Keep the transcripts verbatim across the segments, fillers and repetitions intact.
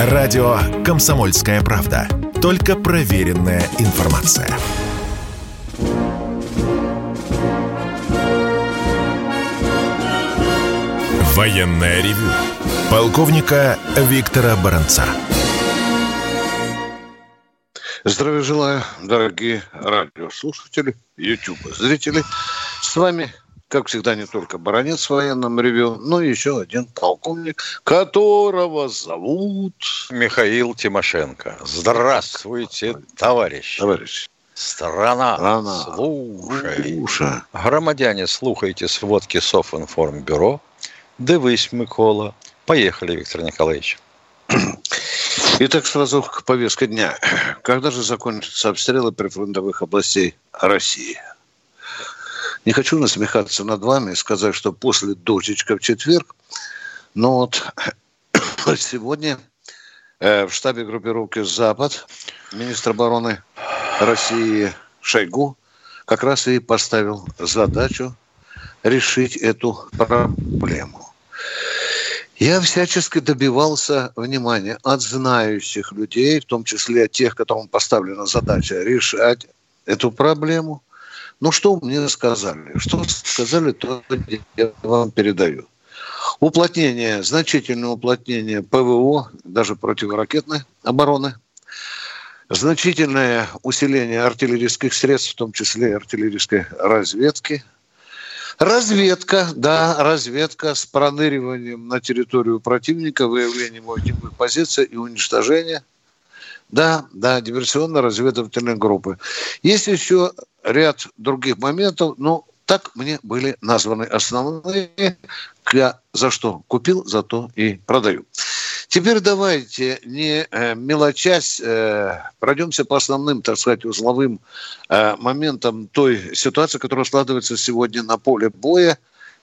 Радио «Комсомольская правда». Только проверенная информация. Военное ревю полковника Виктора Баранца. Здравия желаю, дорогие радиослушатели, YouTube-зрители. С вами, как всегда, не только Баранец в военном ревью, но и еще один полковник, которого зовут... Михаил Тимошенко. Здравствуйте, товарищ. Товарищ. Страна, Страна. Слушай. Слушай. Громадяне, слухайте сводки Софинформбюро. Дивись, Микола. Поехали, Виктор Николаевич. Итак, сразу к повестке дня. Когда же закончатся обстрелы прифронтовых областей России? Не хочу насмехаться над вами и сказать, что после дождичка в четверг, но вот сегодня в штабе группировки «Запад» министр обороны России Шойгу как раз и поставил задачу решить эту проблему. Я всячески добивался внимания от знающих людей, в том числе от тех, которым поставлена задача решать эту проблему. Ну, что мне сказали? Что сказали, то я вам передаю. Уплотнение, значительное уплотнение ПВО, даже противоракетной обороны. Значительное усиление артиллерийских средств, в том числе артиллерийской разведки. Разведка, да, разведка с проныриванием на территорию противника, выявлением его огневых позиций и уничтожения. Да, да, диверсионно-разведывательные группы. Есть еще ряд других моментов, но так мне были названы основные. Я за что купил, за то и продаю. Теперь давайте, не э, мелочась, э, пройдемся по основным, так сказать, узловым э, моментам той ситуации, которая складывается сегодня на поле боя.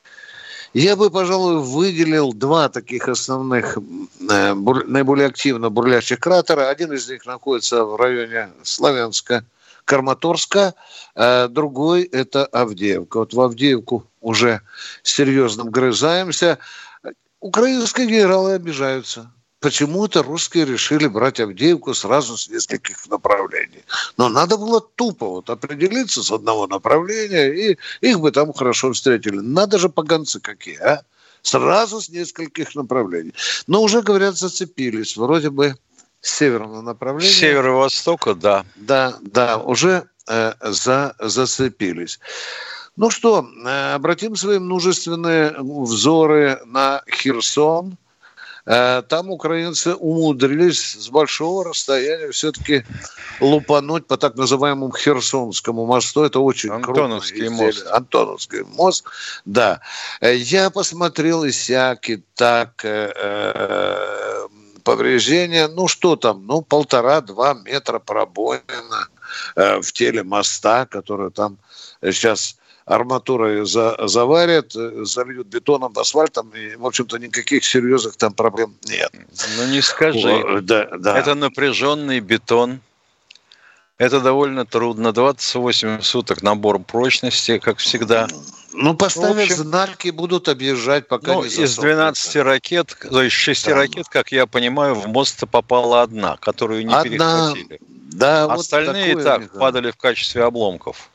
Я бы, пожалуй, выделил два таких основных, э, бур, наиболее активно бурлящих кратера. Один из них находится в районе Славянска, Краматорска, э, другой – это Авдеевка. Вот в Авдеевку уже серьезно вгрызаемся. Украинские генералы обижаются. Почему-то русские решили брать Авдеевку сразу с нескольких направлений. Но надо было тупо вот определиться с одного направления, и их бы там хорошо встретили. Надо же поганцы какие, а? Сразу с нескольких направлений. Но уже, говорят, зацепились. Вроде бы с северного направления. С северо-востока, да. Да, да, уже э, за, зацепились. Ну что, э, обратим свои мужественные взоры на Херсон. Там украинцы умудрились с большого расстояния все-таки лупануть по так называемому Херсонскому мосту. Это очень Антоновский крупный мост. Антоновский мост, да. Я посмотрел и сяки, так, э, повреждения. Ну, что там? Ну, полтора-два метра пробоина э, в теле моста, который там сейчас... арматурой за, заварят, зальют бетоном, асфальтом, и, в общем-то, никаких серьезных там проблем нет. Ну, не скажи. О, да, да. Это напряженный бетон. Это довольно трудно. двадцать восемь суток набор прочности, как всегда. Ну, поставят ну, общем, знаки, будут объезжать, пока ну, не засохнет. Из двенадцати ракет, то есть шести да. ракет, как я понимаю, в мост попала одна, которую не одна, перехватили. Да, остальные вот так них, падали в качестве обломков.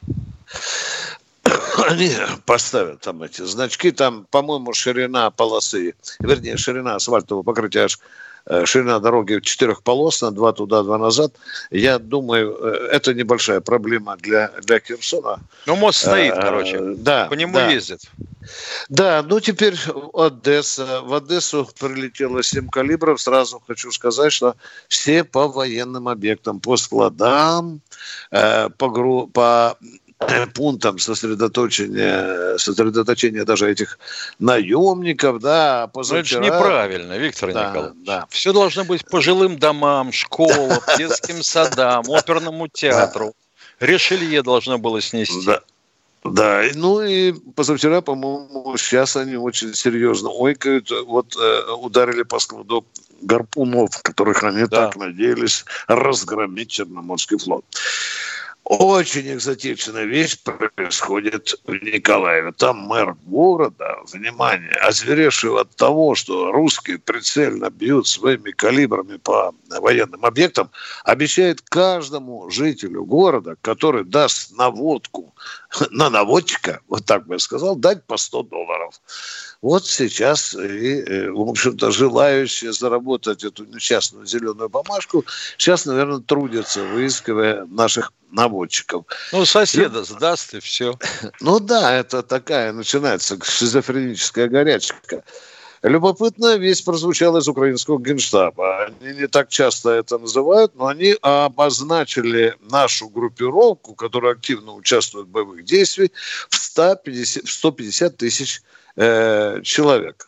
Они поставят там эти значки, там, по-моему, ширина полосы, вернее, ширина асфальтового покрытия, аж ширина дороги четырехполосная, два туда, два назад. Я думаю, это небольшая проблема для, для Херсона. Ну, мост стоит, а, короче, да, по нему да. ездят. Да, ну теперь Одесса. В Одессу прилетело семь калибров. Сразу хочу сказать, что все по военным объектам, по складам, по, гру... по пунктам сосредоточения, сосредоточения даже этих наемников, да, позавчера... Но это же неправильно, Виктор да, Николаевич. Да. Все должно быть по жилым домам, школам, детским садам, оперному театру. Ришелье должно было снести. Да. Да, ну и позавчера, по-моему, сейчас они очень серьезно ойкают. Вот э, ударили по складу гарпунов, которых они да. так надеялись разгромить Черноморский флот. Очень экзотичная вещь происходит в Николаеве. Там мэр города, внимание, озверевший от того, что русские прицельно бьют своими калибрами по военным объектам, обещает каждому жителю города, который даст наводку на наводчика, вот так бы я сказал, дать по сто долларов. Вот сейчас и, в общем-то, желающие заработать эту несчастную зеленую бумажку сейчас, наверное, трудятся, выискивая наших наводчиков. Ну, соседа ну, сдаст и все. Ну да, это такая начинается шизофреническая горячка. Любопытная весть прозвучала из украинского генштаба. Они не так часто это называют, но они обозначили нашу группировку, которая активно участвует в боевых действиях, в сто пятьдесят, в сто пятьдесят тысяч э, человек.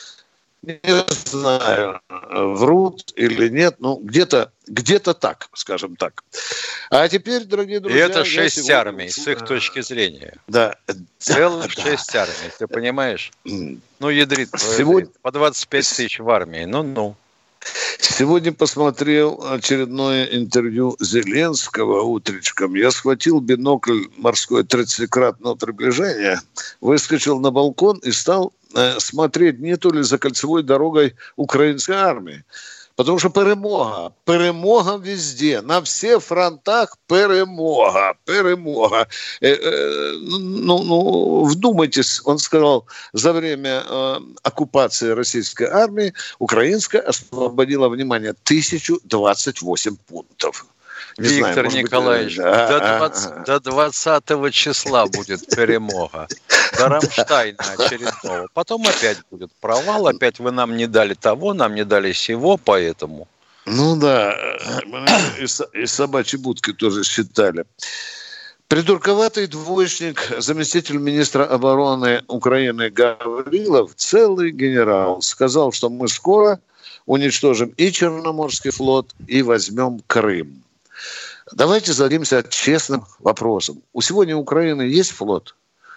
Не знаю, врут или нет, ну, где-то, где-то так, скажем так. А теперь, дорогие друзья... И это шесть сегодня... армий, с их точки зрения. Да. Целых да. шесть армий, ты понимаешь? Ну, ядрит, сегодня... по двадцать пять тысяч в армии, ну-ну. Сегодня посмотрел очередное интервью Зеленского утречком. Я схватил бинокль морское тридцатикратного приближения, выскочил на балкон и стал э, смотреть не то ли за кольцевой дорогой украинской армии. Потому что перемога, перемога везде, на всех фронтах перемога, перемога. Э, э, ну, ну, вдумайтесь, он сказал, за время э, оккупации российской армии украинская освободила, внимание, тысяча двадцать восемь пунктов. Не Виктор знаю, Николаевич, быть, да, до, двадцатого, до двадцатого числа будет перемога. До Рамштайна очередного. Потом опять будет провал. Опять вы нам не дали того, нам не дали сего, поэтому... Ну да, и, и собачьи будки тоже считали. Придурковатый двоечник, заместитель министра обороны Украины Гаврилов, целый генерал, сказал, что мы скоро уничтожим и Черноморский флот, и возьмем Крым. Давайте зададимся честным вопросом. У сегодня Украины есть флот?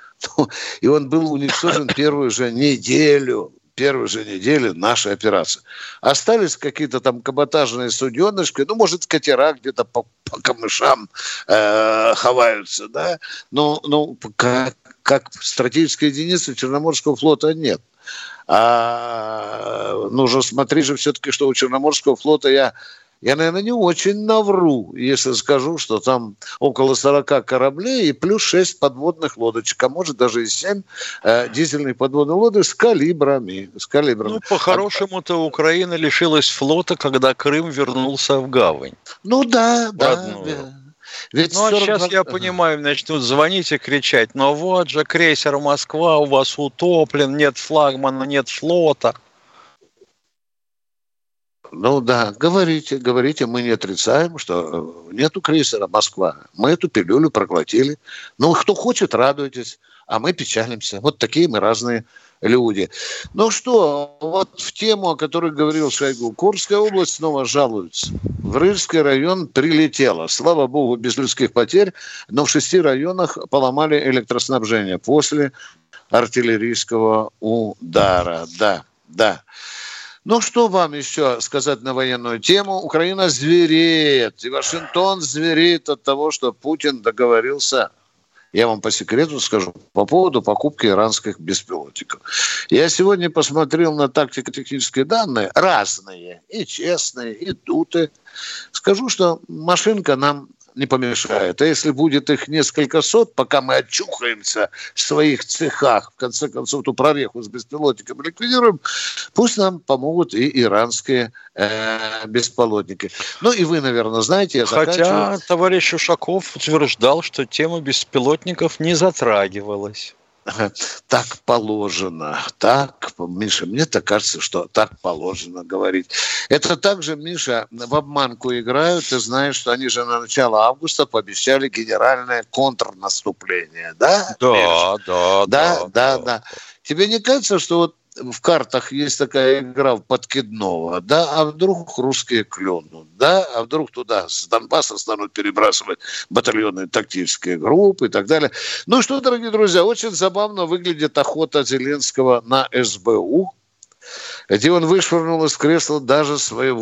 И он был уничтожен первую же неделю, первую же неделю нашей операции. Остались какие-то там каботажные суденышки, ну, может, катера где-то по, по камышам э, ховаются, да? Но, но как, как стратегической единицы Черноморского флота нет. А нужно смотреть же все-таки, что у Черноморского флота я... Я, наверное, не очень навру, если скажу, что там около сорок кораблей и плюс шесть подводных лодочек, а может даже и семь э, дизельных подводных лодок с калибрами. С калибрами. Ну, по-хорошему-то Украина лишилась флота, когда Крым вернулся в гавань. Ну да, да. да. Ведь ну, а сорок... сейчас, я понимаю, начнут звонить и кричать, ну вот же крейсер «Москва» у вас утоплен, нет флагмана, нет флота. Ну да, говорите, говорите, мы не отрицаем, что нету крейсера «Москва». Мы эту пилюлю проглотили. Ну, кто хочет, радуйтесь, а мы печалимся. Вот такие мы разные люди. Ну что, вот в тему, о которой говорил Шойгу. Курская область снова жалуется. В Рыльский район прилетело. Слава богу, без людских потерь, но в шести районах поломали электроснабжение после артиллерийского удара. Да, да. Ну, что вам еще сказать на военную тему? Украина звереет, и Вашингтон звереет от того, что Путин договорился, я вам по секрету скажу, по поводу покупки иранских беспилотников. Я сегодня посмотрел на тактико-технические данные, разные, и честные, и туты. Скажу, что машинка нам не помешает. А если будет их несколько сот, пока мы очухаемся в своих цехах, в конце концов, ту прореху с беспилотниками ликвидируем, пусть нам помогут и иранские э, беспилотники. Ну и вы, наверное, знаете, я заканчиваю. Хотя товарищ Ушаков утверждал, что тема беспилотников не затрагивалась. Так положено. Так, Миша, мне так кажется, что так положено говорить. Это также, Миша, в обманку играют. Ты знаешь, что они же на начало августа пообещали генеральное контрнаступление. Да? Да, да, да, да, да, да. Тебе не кажется, что вот в картах есть такая игра в подкидного, да, а вдруг русские клюнут, да, а вдруг туда с Донбасса станут перебрасывать батальонные тактические группы и так далее. Ну что, дорогие друзья, очень забавно выглядит охота Зеленского на эс бэ у, где он вышвырнул из кресла даже своего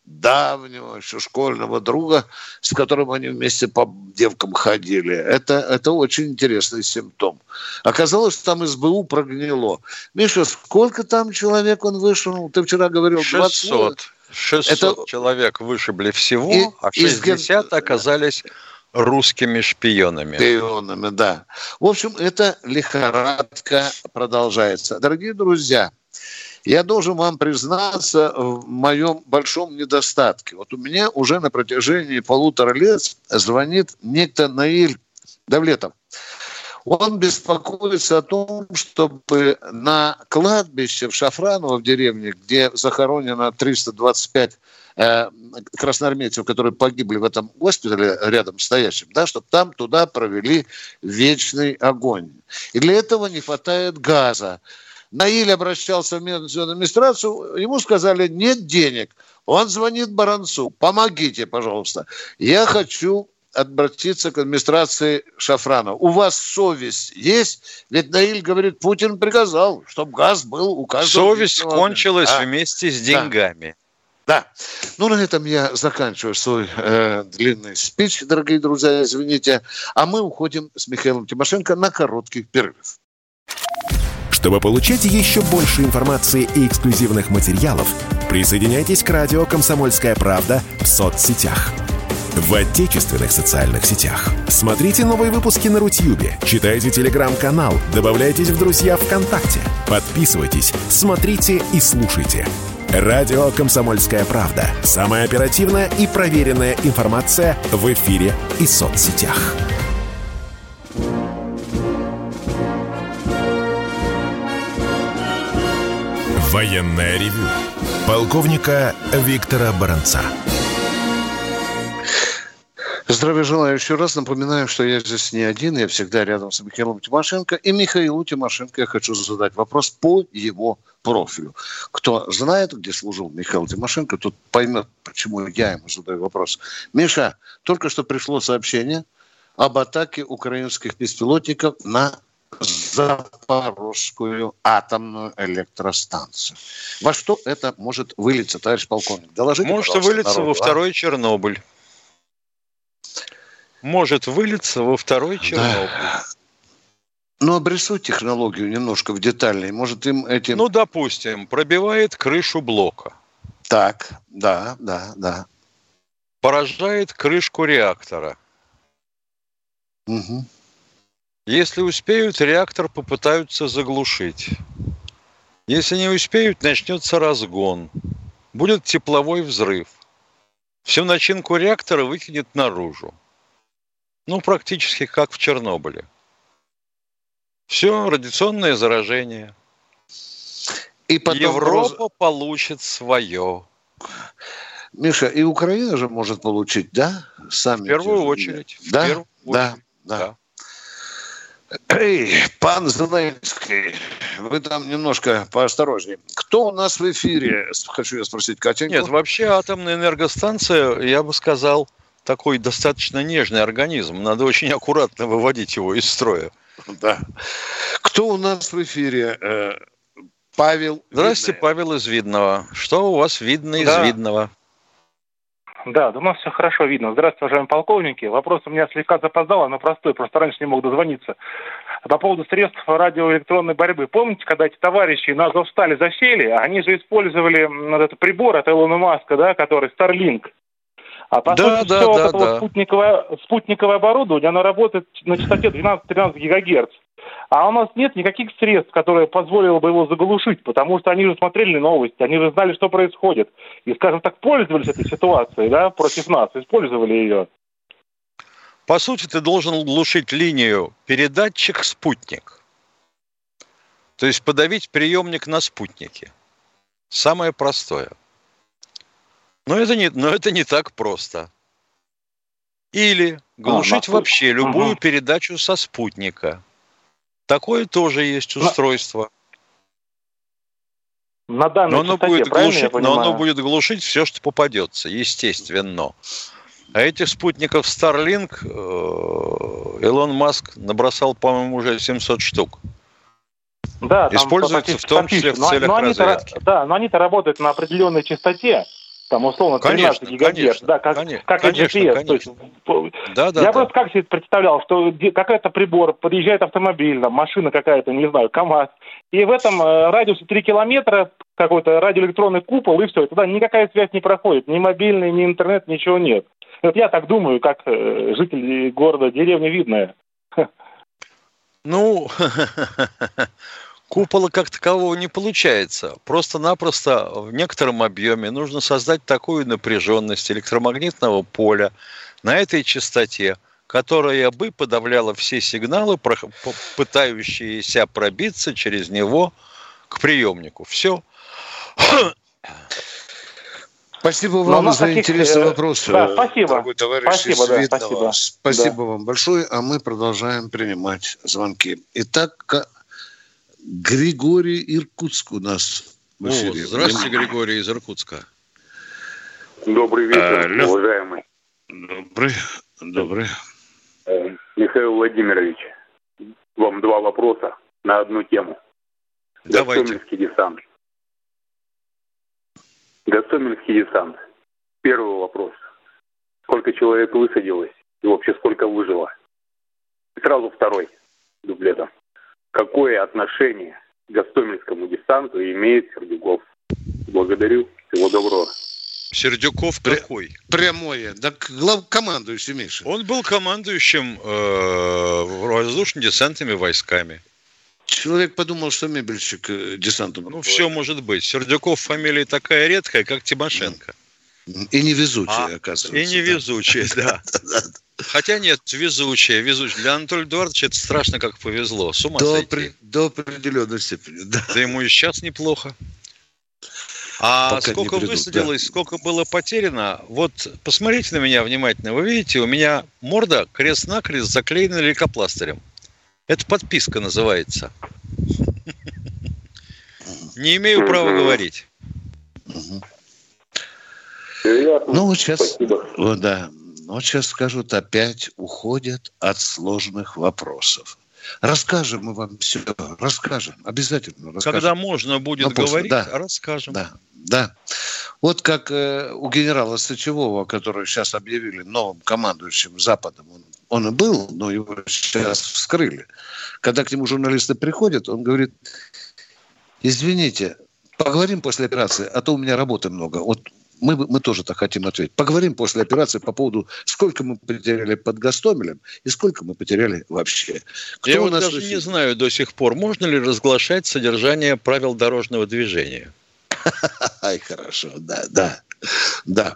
давнего еще школьного друга, с которым они вместе по девкам ходили. Это, это очень интересный симптом. Оказалось, что там СБУ прогнило. Миша, сколько там человек он вышел? Ты вчера говорил двадцать. шестьсот. шестьсот это... человек вышибли всего, и, а шестьдесят из... оказались русскими шпионами. Шпионами, да. В общем, эта лихорадка продолжается. Дорогие друзья, я должен вам признаться в моем большом недостатке. Вот у меня уже на протяжении полутора лет звонит некто Наиль Давлетов. Он беспокоится о том, чтобы на кладбище в Шафраново, в деревне, где захоронено триста двадцать пять э, красноармейцев, которые погибли в этом госпитале рядом стоящем, да, чтобы там туда провели вечный огонь. И для этого не хватает газа. Наиль обращался в местную администрацию, ему сказали, нет денег. Он звонит Баранцу, помогите, пожалуйста. Я хочу обратиться к администрации Шафрана. У вас совесть есть? Ведь Наиль говорит, Путин приказал, чтобы газ был у каждого. Совесть кончилась а, вместе с деньгами. Да. да. Ну, на этом я заканчиваю свой э, длинный спич, дорогие друзья, извините. А мы уходим с Михаилом Тимошенко на короткий перерыв. Чтобы получать еще больше информации и эксклюзивных материалов, присоединяйтесь к радио «Комсомольская правда» в соцсетях. В отечественных социальных сетях. Смотрите новые выпуски на Рутьюбе, читайте телеграм-канал, добавляйтесь в друзья ВКонтакте, подписывайтесь, смотрите и слушайте. Радио «Комсомольская правда». Самая оперативная и проверенная информация в эфире и соцсетях. Военное ревю полковника Виктора Баранца. Здравия желаю еще раз. Напоминаю, что я здесь не один, я всегда рядом с Михаилом Тимошенко. И Михаилу Тимошенко я хочу задать вопрос по его профилю. Кто знает, где служил Михаил Тимошенко, тот поймет, почему я ему задаю вопрос. Миша, только что пришло сообщение об атаке украинских беспилотников на Запорожскую атомную электростанцию. Во что это может вылиться, товарищ полковник? Доложите, может вылиться народу, во второй а? Чернобыль. Может вылиться во второй Чернобыль. Да. Ну, обрисуй технологию немножко в детальнее. Может, им этим... Ну, допустим, пробивает крышу блока. Так, да, да, да. Поражает крышку реактора. Угу. Если успеют, реактор попытаются заглушить. Если не успеют, начнется разгон. Будет тепловой взрыв. Всю начинку реактора выкинет наружу. Ну, практически как в Чернобыле. Все, радиационное заражение. И потом Европа роз... получит свое. Миша, и Украина же может получить, да? Сами в первую очередь. Да? В первую да, очередь. да, да. Эй, пан Зеленский, вы там немножко поосторожнее. Кто у нас в эфире? Хочу я спросить Катеньку. Нет, вообще атомная энергостанция, я бы сказал, такой достаточно нежный организм. Надо очень аккуратно выводить его из строя. Да. Кто у нас в эфире? Павел. Здравствуйте, Павел из Видного. Что у вас видно из да. Видного? Да, да, у нас все хорошо видно. Здравствуйте, уважаемые полковники. Вопрос у меня слегка запоздал, но простой, просто раньше не мог дозвониться. По поводу средств радиоэлектронной борьбы. Помните, когда эти товарищи на Азовстале засели, они же использовали вот этот прибор от Илона Маска, да, который Starlink. А по да, сути, да, все да, это да. Вот спутниковое, спутниковое оборудование, оно работает на частоте двенадцать-тринадцать гигагерц. А у нас нет никаких средств, которые позволило бы его заглушить, потому что они же смотрели новости, они же знали, что происходит. И, скажем так, пользовались этой ситуацией, да, против нас, использовали ее. По сути, ты должен глушить линию передатчик-спутник. То есть подавить приемник на спутнике. Самое простое. Но это не, но это не так просто. Или глушить а, вообще спут... любую угу. передачу со спутника. Такое тоже есть устройство. На данной но оно, частоте, будет глушить, но оно будет глушить все, что попадется, естественно. А этих спутников Starlink Илон Маск набросал, по-моему, уже семьсот штук. Да, используются в том числе в целях но, но разведки. Да, но они-то работают на определенной частоте. там, условно, тринадцать конечно, гигагерц, конечно, да, как, конечно, как и джи пи эс. То есть, да, да, я да. просто как себе представлял, что какой-то прибор, подъезжает автомобиль, там, машина какая-то, не знаю, КАМАЗ, и в этом э, радиусе три километра какой-то радиоэлектронный купол, и все, и туда никакая связь не проходит, ни мобильный, ни интернет, ничего нет. Вот я так думаю, как э, житель города, деревня Видная. Ну, купола как такового не получается. Просто-напросто в некотором объеме нужно создать такую напряженность электромагнитного поля на этой частоте, которая бы подавляла все сигналы, пытающиеся пробиться через него к приемнику. Все. Спасибо вам за таких, интересный вопрос. Да, спасибо. Дорогой товарищ, спасибо, да, спасибо. Спасибо да. вам большое, а мы продолжаем принимать звонки. Итак, Григорий Иркутск у нас в эфире. О, здравствуйте, Григорий из Иркутска. Добрый вечер, а, уважаемый. Добрый, добрый. Михаил Владимирович, вам два вопроса на одну тему. Давайте. Гостомельский десант. Гостомельский десант. Первый вопрос. Сколько человек высадилось и вообще сколько выжило? И сразу второй дублетом. Какое отношение к Гостомельскому десанту имеет Сердюков? Благодарю. Всего доброго. Сердюков какой? Прямое. Да, главкомандующий, Миша. Он был командующим э, воздушно-десантными войсками. Человек подумал, что мебельщик десантом. Ну, все может быть. Сердюков фамилия такая редкая, как Тимошенко. И невезучая, а, оказывается. И невезучая, да. Хотя нет, везучая, везучая. Для Анатолия Эдуардовича это страшно, как повезло. С ума сойти. До определенной степени, да. Да ему и сейчас неплохо. А сколько высадилось, сколько было потеряно, вот посмотрите на меня внимательно. Вы видите, у меня морда крест-накрест заклеена лейкопластырем. Это подписка называется. Не имею права говорить. Ну, вот сейчас, да, вот сейчас скажут, опять уходят от сложных вопросов. Расскажем мы вам все, расскажем, обязательно расскажем. Когда можно будет говорить, да, расскажем. Да, да. Вот как э, у генерала Сычевого, который сейчас объявили новым командующим Западом, он, он и был, но его сейчас вскрыли. Когда к нему журналисты приходят, он говорит: извините, поговорим после операции, а то у меня работы много. Вот мы, мы тоже так хотим ответить. Поговорим после операции по поводу, сколько мы потеряли под Гостомелем и сколько мы потеряли вообще. Кто Я у нас вот даже не знаю до сих пор, можно ли разглашать содержание правил дорожного движения. Ай, хорошо, да, да, да.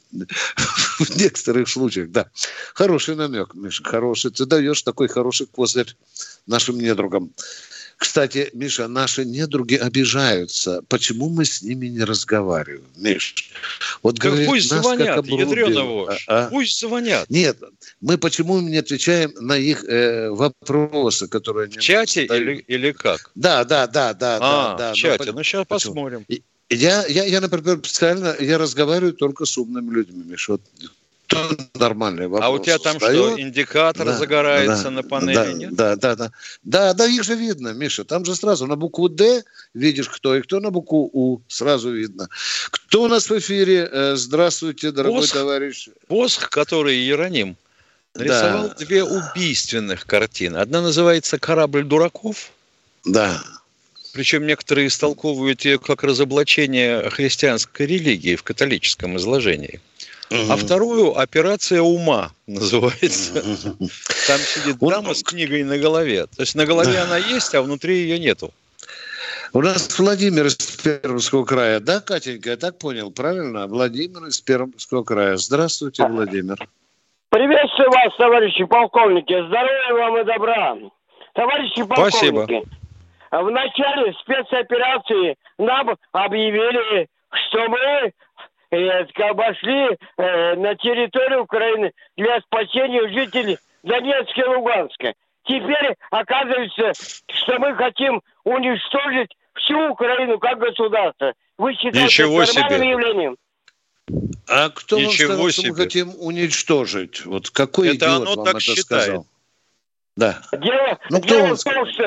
В некоторых случаях, да. Хороший намек, Миша, хороший. Ты даешь такой хороший козырь нашим недругам. Кстати, Миша, наши недруги обижаются. Почему мы с ними не разговариваем, Миш? Вот так говорит, пусть нас звонят, ядреного. А, а? Пусть звонят. Нет, мы почему не отвечаем на их э, вопросы, которые... В чате или, или как? Да, да, да, да. А, да, в чате. Но, ну, сейчас почему? посмотрим. Я, я, я, например, специально я разговариваю только с умными людьми, Миш. Вот нормальный вопрос. А у тебя там встает. Что, индикатор да, загорается да, на панели, да, нет? Да, да, да. Да, да, их же видно, Миша. Там же сразу на букву «Д» видишь, кто, и кто на букву «У» сразу видно. Кто у нас в эфире? Здравствуйте, дорогой Посх, товарищ. Посх, который Иероним нарисовал да. две убийственных картины. Одна называется «Корабль дураков». Да. Причем некоторые истолковывают ее как разоблачение христианской религии в католическом изложении. Uh-huh. А вторую «Операция ума» называется. Uh-huh. Там сидит дама с книгой на голове. То есть на голове она есть, а внутри ее нету. У нас Владимир из Пермского края. Да, Катенька, я так понял, правильно? Владимир из Пермского края. Здравствуйте, Владимир. Приветствую вас, товарищи полковники. Здоровья вам и добра. Товарищи полковники. Спасибо. В начале спецоперации нам объявили, что мы э, обошли э, на территорию Украины для спасения жителей Донецка и Луганска. Теперь оказывается, что мы хотим уничтожить всю Украину как государство. Вы считаете Ничего это нормальным себе. явлением? А кто Ничего вам сказал, себе. что мы хотим уничтожить? Вот какой это идиот оно вам так это считает. сказал? Да. Дело, ну, дело в том, что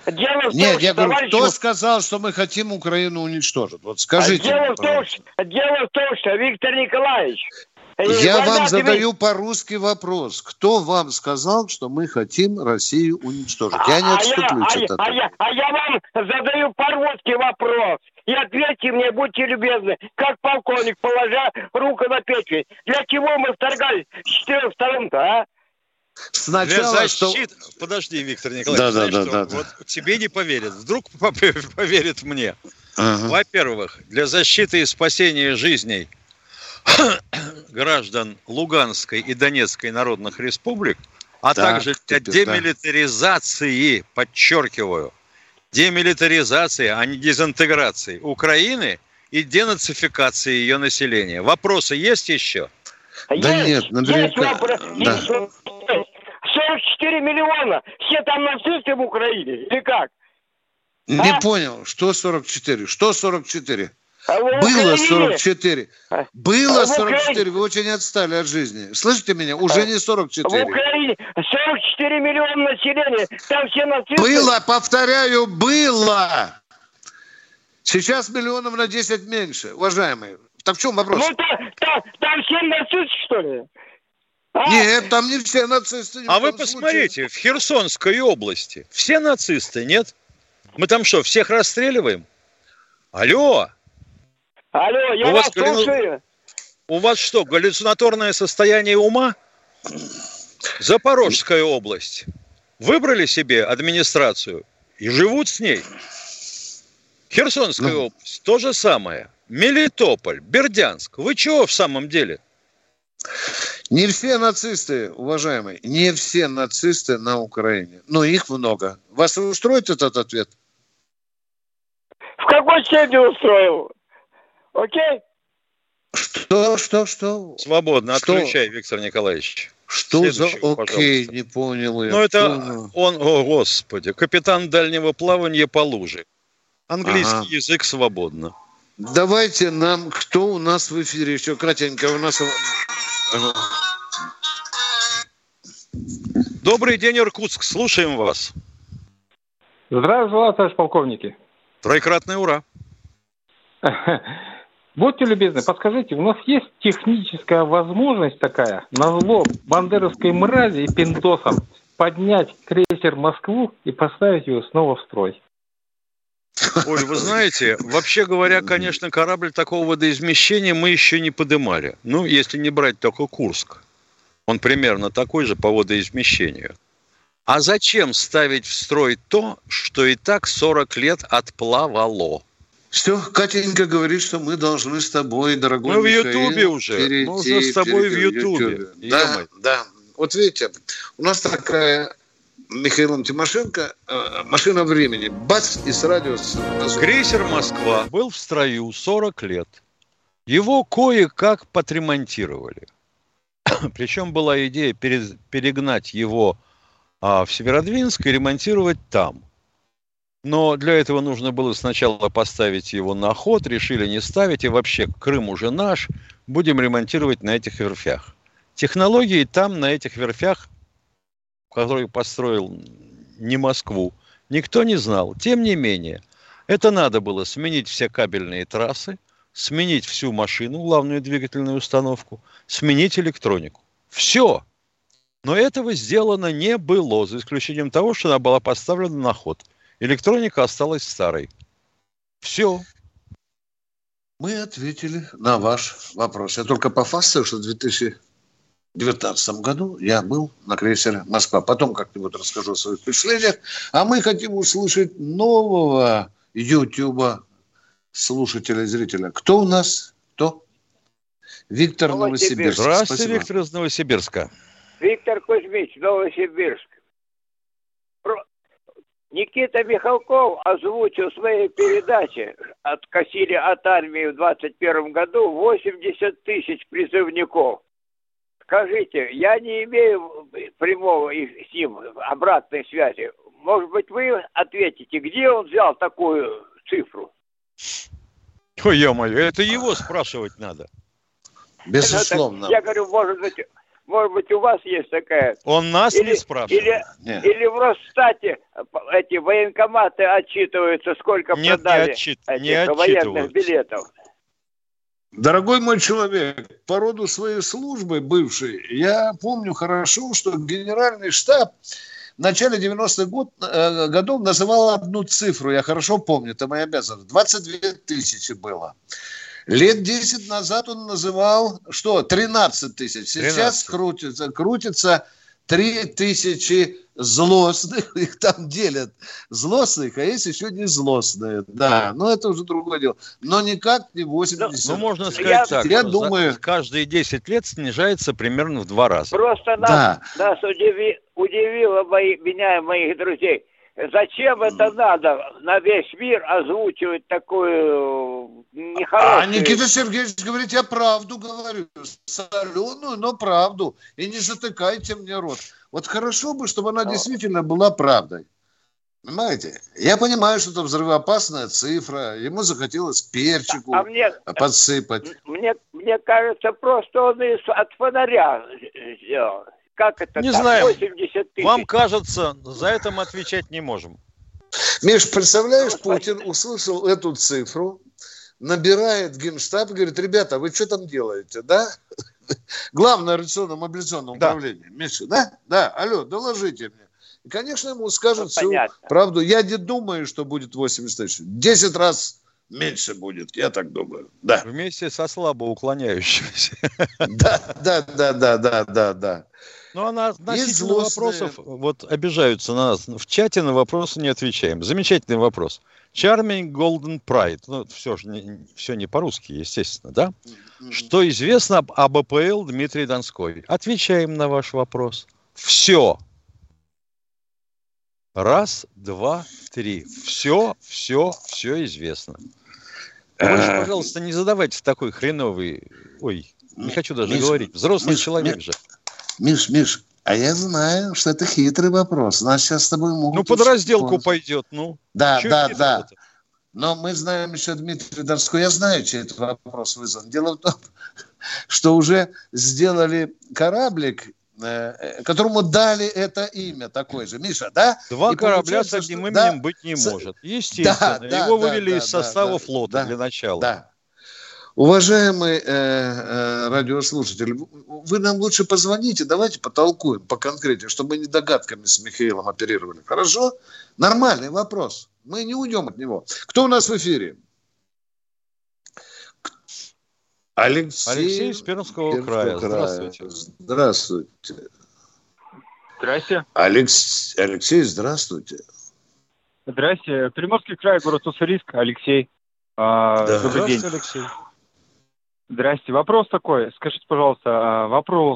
дело в том, Нет, я говорю, товарищ... кто сказал, что мы хотим Украину уничтожить? Вот скажите. Дело, мне, в том, что, дело в том, что Виктор Николаевич... Я война, вам ты... задаю по-русски вопрос. Кто вам сказал, что мы хотим Россию уничтожить? Я не отступлюсь а я, от этого. А я, а я вам задаю по-русски вопрос. И ответьте мне, будьте любезны, как полковник, положа руку на печень. Для чего мы вторгались в четыре втором-то, а? Сначала, Для защиты... что... Подожди, Виктор Николаевич, да, знаешь да, что? да, да, вот да. тебе не поверят. Вдруг поверит мне. Ага. Во-первых, для защиты и спасения жизней граждан Луганской и Донецкой народных республик, а да, также для теперь, демилитаризации, да. подчеркиваю, демилитаризации, а не дезинтеграции Украины и денацификации ее населения. Вопросы есть еще? Да есть, нет, наверняка... Да. сорок четыре миллиона. Все там нацисты в Украине. Или как? Не а? понял. Что сорок четыре? Что сорок четыре? А Было сорок четыре. Было а сорок четыре. Вы очень отстали от жизни. Слышите меня? Уже не сорок четыре. В Украине сорок четыре миллиона населения. Там все нацисты. Было, повторяю, было. Сейчас миллионов на десять меньше, уважаемые. Так в чем вопрос? Ну, там, там, там все нацисты, что ли? А? Нет, там не все нацисты. А вы посмотрите, случае. В Херсонской области все нацисты, нет? Мы там что, всех расстреливаем? Алло! Алло, я у вас вас слушаю. У вас что, галлюцинаторное состояние ума? Запорожская область. Выбрали себе администрацию и живут с ней. Херсонская ну. область, то же самое. Мелитополь, Бердянск. Вы чего в самом деле? Не все нацисты, уважаемые, не все нацисты на Украине. Но их много. Вас устроит этот ответ? В какой степени устроил? Окей? Что, что, что? Свободно, что? Отключай, Виктор Николаевич. Что за окей, пожалуйста. Не понял я. Ну, это Кто? он, о, господи, капитан дальнего плавания по луже. Английский ага. язык свободно. Давайте нам, кто у нас в эфире еще, кратенько, у нас... Добрый день, Иркутск, слушаем вас. Здравия желаю, товарищ полковники. Троекратное ура. Будьте любезны, подскажите, у нас есть техническая возможность такая, назло бандеровской мрази и пиндосам, поднять крейсер Москву и поставить его снова в строй? Ой, вы знаете, вообще говоря, конечно, корабль такого водоизмещения мы еще не подымали. Ну, если не брать только Курск. Он примерно такой же по водоизмещению. А зачем ставить в строй то, что и так сорок лет отплавало? Все, Катенька говорит, что мы должны с тобой, дорогой Мы Михаил, в Ютубе уже. перейти, мы уже с тобой в Ютубе. Да, да. Вот видите, у нас такая... Михаилом Тимошенко машина времени. Бац, и с радио... Крейсер «Москва» был в строю сорок лет. Его кое-как подремонтировали. Причем была идея перегнать его в Северодвинск и ремонтировать там. Но для этого нужно было сначала поставить его на ход. Решили не ставить. И вообще, Крым уже наш. Будем ремонтировать на этих верфях. Технологии там, на этих верфях, который построил не Москву, никто не знал. Тем не менее, это надо было сменить все кабельные трассы, сменить всю машину, главную двигательную установку, сменить электронику. Все. Но этого сделано не было, за исключением того, что она была поставлена на ход. Электроника осталась старой. Все. Мы ответили на ваш вопрос. Я только пофастаю, что в две тысячи девятнадцатом году я был на крейсере «Москва». Потом как-нибудь расскажу о своих впечатлениях. А мы хотим услышать нового ютуба слушателя и зрителя. Кто у нас? Кто? Виктор, Новосибирск. Здравствуйте, Спасибо. Виктор из Новосибирска. Виктор Кузьмич, Новосибирск. Никита Михалков озвучил в своей передаче, откосили от армии в двадцать первом году восемьдесят тысяч призывников. Скажите, я не имею прямого с ним обратной связи. Может быть, вы ответите, где он взял такую цифру? Ой, ё-моё, это его спрашивать надо. Безусловно. Это, я говорю, может быть, Может быть, у вас есть такая? Он нас или, не спрашивает. Или, или в Росстате эти военкоматы отчитываются, сколько Нет, продали не отчит, этих не военных билетов. Дорогой мой человек, по роду своей службы бывшей, я помню хорошо, что Генеральный штаб в начале девяностых год, э, годов называл одну цифру, я хорошо помню, это моя обязанность, двадцать две тысячи было. Лет десять назад он называл, что, тринадцать тысяч. Сейчас крутится, крутится три тысячи злостных, их там делят. Злостных, а есть еще не злостные. Да, но это уже другое дело. Но никак не восемьдесят. Ну, можно сказать я, так, я думаю, каждые десять лет снижается примерно в два раза. Просто нас, да. нас удиви, удивило мои, меня и моих друзей. Зачем это надо на весь мир озвучивать такую нехорошую... А Никита Сергеевич говорит, я правду говорю, соленую, но правду. И не затыкайте мне рот. Вот хорошо бы, чтобы она действительно была правдой. Понимаете? Я понимаю, что это взрывоопасная цифра. Ему захотелось перчику а мне, подсыпать. Мне, мне кажется, просто он из, от фонаря сделал. Как это не так? знаю. восемьдесят тысяч. Вам кажется, за это мы отвечать не можем. Миш, представляешь, ну, Путин услышал эту цифру, набирает Генштаб и говорит, ребята, вы что там делаете, да? Главное революционно-мобилизационное да. управление. Миша, да? Да, алло, доложите мне. И, конечно, ему скажут ну, всю понятно. правду. Я не думаю, что будет восемьдесят тысяч. Десять раз меньше будет, я так думаю. Да. Вместе со слабо уклоняющимся. Да, да, да, да, да, да, да. Ну, а на относительно вопросов, вот обижаются на нас. В чате на вопросы не отвечаем. Замечательный вопрос. Charming Golden Pride. Ну, все же не, все не по-русски, естественно, да? Mm-hmm. Что известно об АБПЛ Дмитрий Донской? Отвечаем на ваш вопрос. Все. Раз, два, три. Все, все, все известно. Больше, пожалуйста, не задавайте такой хреновый... Ой, не хочу даже Миш, говорить. Взрослый Миш, человек Миш, же. Миш, Миш, а я знаю, что это хитрый вопрос. Нас сейчас с тобой могут... Ну, под разделку пойдет, ну. Да, да, да. Но мы знаем еще Дмитрия Донской. Я знаю, чей этот вопрос вызван. Дело в том, что уже сделали кораблик, которому дали это имя такое же. Миша, да? Два и корабля с одним именем да, быть не может. Естественно. Да, Его да, вывели да, из состава да, флота да, для начала. Да. Уважаемый э, э, радиослушатель, вы нам лучше позвоните, давайте потолкуем по конкретике, чтобы мы не догадками с Михаилом оперировали. Хорошо? Нормальный вопрос. Мы не уйдем от него. Кто у нас в эфире? Алексей, Алексей из Пермского, Пермского края. края. Здравствуйте. Здравствуйте. Здрасте. Алекс... Алексей, здравствуйте. Здрасте. Приморский край, город Уссурийск. Алексей. А, да. Добрый день. Алексей. Здрасте. Вопрос такой. Скажите, пожалуйста, вопрос.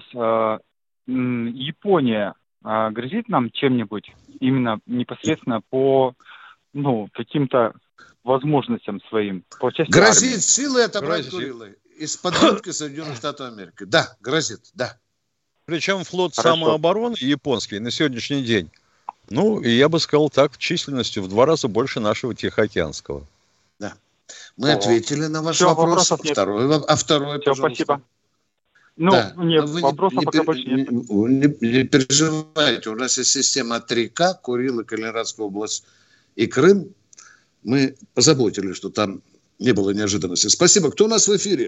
Япония грозит нам чем-нибудь именно непосредственно по ну, каким-то возможностям своим? По части грозит армии? Силой отобрать Курилы из-под юбки Соединенных Штатов Америки. Да, грозит, да. Причем флот Хорошо. самообороны японский на сегодняшний день, ну, и я бы сказал так, численностью в два раза больше нашего Тихоокеанского. Да. Мы О. ответили на ваш Все, вопрос. Второй, а второй, Все, пожалуйста. Спасибо. Ну, да. нет, вы вопросов не, пока не, больше нет. Не, не, не переживайте, у нас есть система три ка, Курилы, Калининградская область и Крым. Мы позаботились, что там не было неожиданности. Спасибо. Кто у нас в эфире?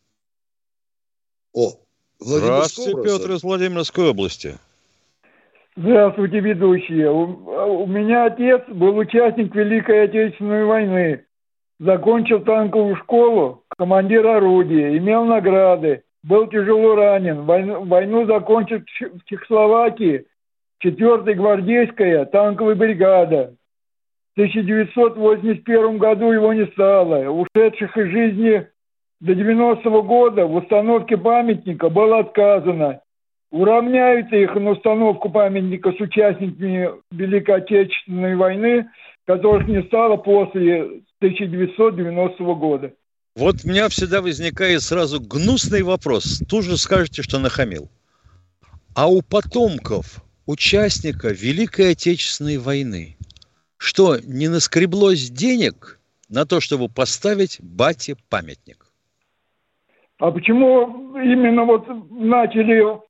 О, здравствуйте, Петр из Владимирской области. Здравствуйте, ведущие. У, у меня отец был участник Великой Отечественной войны. Закончил танковую школу, командир орудия, имел награды, был тяжело ранен. Войну, войну закончил в Чехословакии четвёртая гвардейская танковая бригада. В тысяча девятьсот восемьдесят первом году его не стало. Ушедших из жизни до девяностого года в установке памятника было отказано. Уравняются их на установку памятника с участниками Великой Отечественной войны, которых не стало после тысяча девятьсот девяностого года. Вот у меня всегда возникает сразу гнусный вопрос. Тут же скажете, что нахамил. А у потомков участника Великой Отечественной войны что, не наскреблось денег на то, чтобы поставить бате памятник? А почему именно вот начали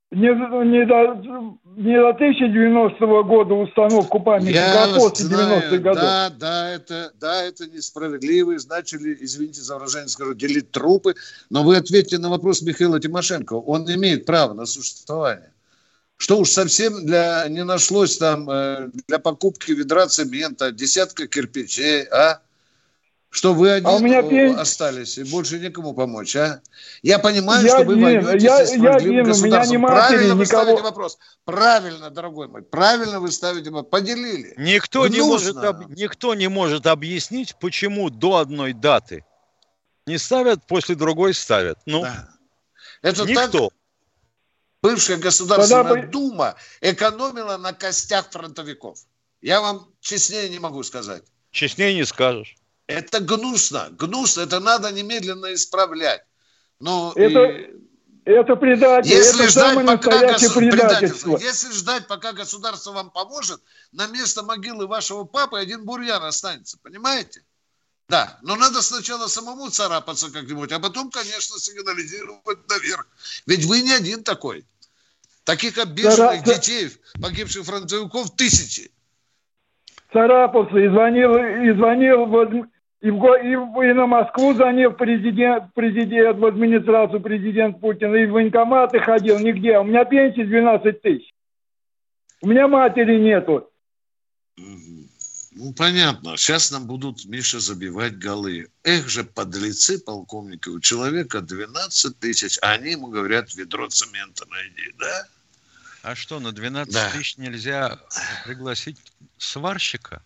Не, не, до, не до тысяча девяностого года установку памятника, а после девяностых годов. Да, да, это, да, это несправедливо. Начали, извините за выражение, скажу, делить трупы. Но вы ответьте на вопрос Михаила Тимошенко. Он имеет право на существование. Что уж совсем для, не нашлось там э, для покупки ведра цемента, десятка кирпичей, а? Что вы один а у меня пень... остались, и больше некому помочь, а? Я понимаю, я что вы воюете я, со справедливым государством. Правильно вы никого... ставите вопрос. Правильно, дорогой мой, правильно вы ставите вопрос. Поделили. Никто не, может, об... Никто не может объяснить, почему до одной даты не ставят, после другой ставят. Ну, да. Это никто. Так... Бывшая Государственная Тогда... Дума экономила на костях фронтовиков. Я вам честнее не могу сказать. Честнее не скажешь. Это гнусно, гнусно, это надо немедленно исправлять. Но это, и... это предательство, если это ждать, самое пока настоящее госу... предательство. Если ждать, пока государство вам поможет, на место могилы вашего папы один бурьян останется, понимаете? Да, но надо сначала самому царапаться как-нибудь, а потом, конечно, сигнализировать наверх. Ведь вы не один такой. Таких обиженных Цара... детей, погибших фронтовиков, тысячи. Царапался и звонил, и звонил в, и, в, и, в, и на Москву звонил президент, президент, в администрацию президент Путин, и в военкоматы ходил, нигде. У меня пенсия двенадцать тысяч. У меня матери нету. Ну, понятно. Сейчас нам будут, Миша, забивать голы. Эх же, подлецы полковника, у человека двенадцать тысяч, а они ему говорят, ведро цемента найди, да? А что, на двенадцать да. тысяч нельзя пригласить сварщика?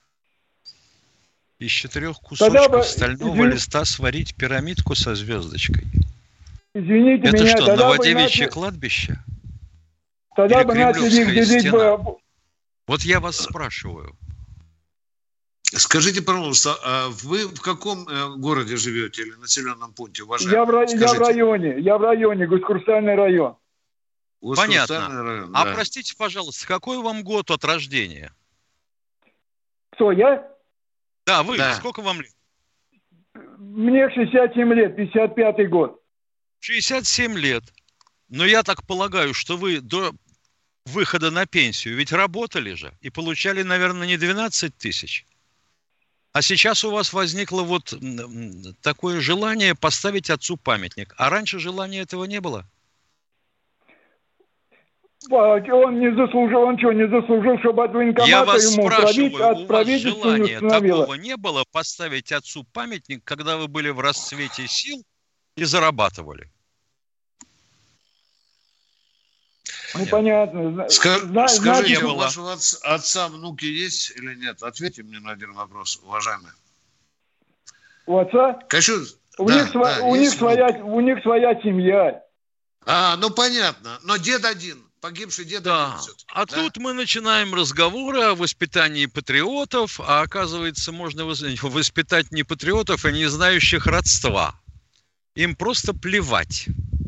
Из четырех кусочков бы, стального извин... листа сварить пирамидку со звездочкой. Извините Это меня, что, Новодевичье начали... кладбище? Тогда Или бы начали их делить бы... Вот я вас спрашиваю. Скажите, пожалуйста, а вы в каком городе живете или населенном пункте, уважаемый? Я в, ра... я в районе, я в районе, Госкурсальный район. Понятно. Район, а да. простите, пожалуйста, какой вам год от рождения? Кто, я? Да, вы. Да. Сколько вам лет? Мне шестьдесят семь лет, пятьдесят пятый год. шестьдесят семь лет. Но я так полагаю, что вы до выхода на пенсию ведь работали же и получали, наверное, не двенадцать тысяч. А сейчас у вас возникло вот такое желание поставить отцу памятник. А раньше желания этого не было? Он не заслужил, он что, не заслужил, чтобы от военкомата Я вас ему спрашиваю, от у вас желания установило. такого не было поставить отцу памятник, когда вы были в расцвете сил и зарабатывали? Ну, понятно. Скаж, Зна- скажите, значит, у вашего отца, отца внуки есть или нет? Ответьте мне на один вопрос, уважаемый. У отца? Конечно, у, да, них, да, у, них своя, у них своя семья. А, ну понятно. Но дед один. Погибший дед да. один. А да? Тут мы начинаем разговоры о воспитании патриотов, а оказывается, можно воспитать не патриотов, а не знающих родства. Им просто плевать.